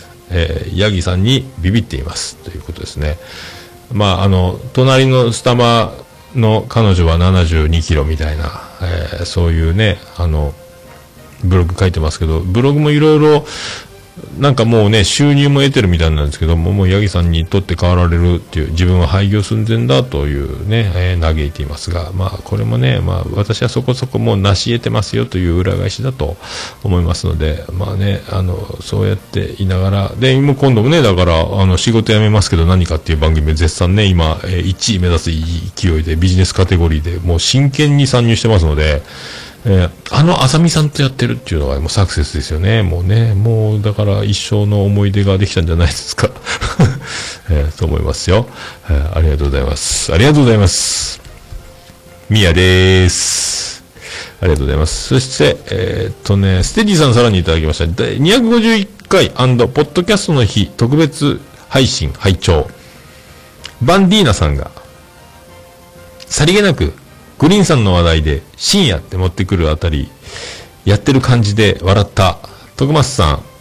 ヤギさんにビビっていますということですね。まあ隣のスタバの彼女は72キロみたいな、そういうねブログ書いてますけど、ブログもいろいろなんかもうね、収入も得てるみたいなんですけども、ヤギさんにとって変わられるっていう、自分は廃業寸前だというね、嘆いていますが、まあこれもね、まあ私はそこそこもう成し得てますよという裏返しだと思いますので、まあね、そうやっていながら、で、今度もね、だから仕事辞めますけど何かっていう番組絶賛ね、今、1位目指す勢いでビジネスカテゴリーでもう真剣に参入してますので、あさみさんとやってるっていうのがもうサクセスですよね。もうね、もうだから一生の思い出ができたんじゃないですか。と思いますよ。ありがとうございます。ありがとうございます。ミヤでーす。ありがとうございます。そして、ステディさんさらにいただきました。251回&ポッドキャストの日特別配信拝聴。バンディーナさんが、さりげなく、グリーンさんの話題で深夜って持ってくるあたりやってる感じで笑った。徳松さん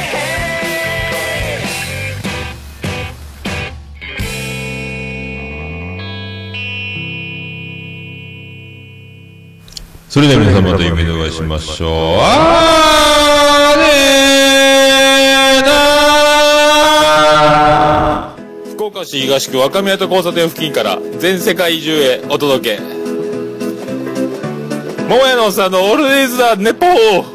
それでは皆さんまた夢でお会いしましょう。あーねーなー。福岡市東区若宮と交差点付近から全世界中へお届け。桃屋のおっさんのオールディーズ・ザ・ネポー。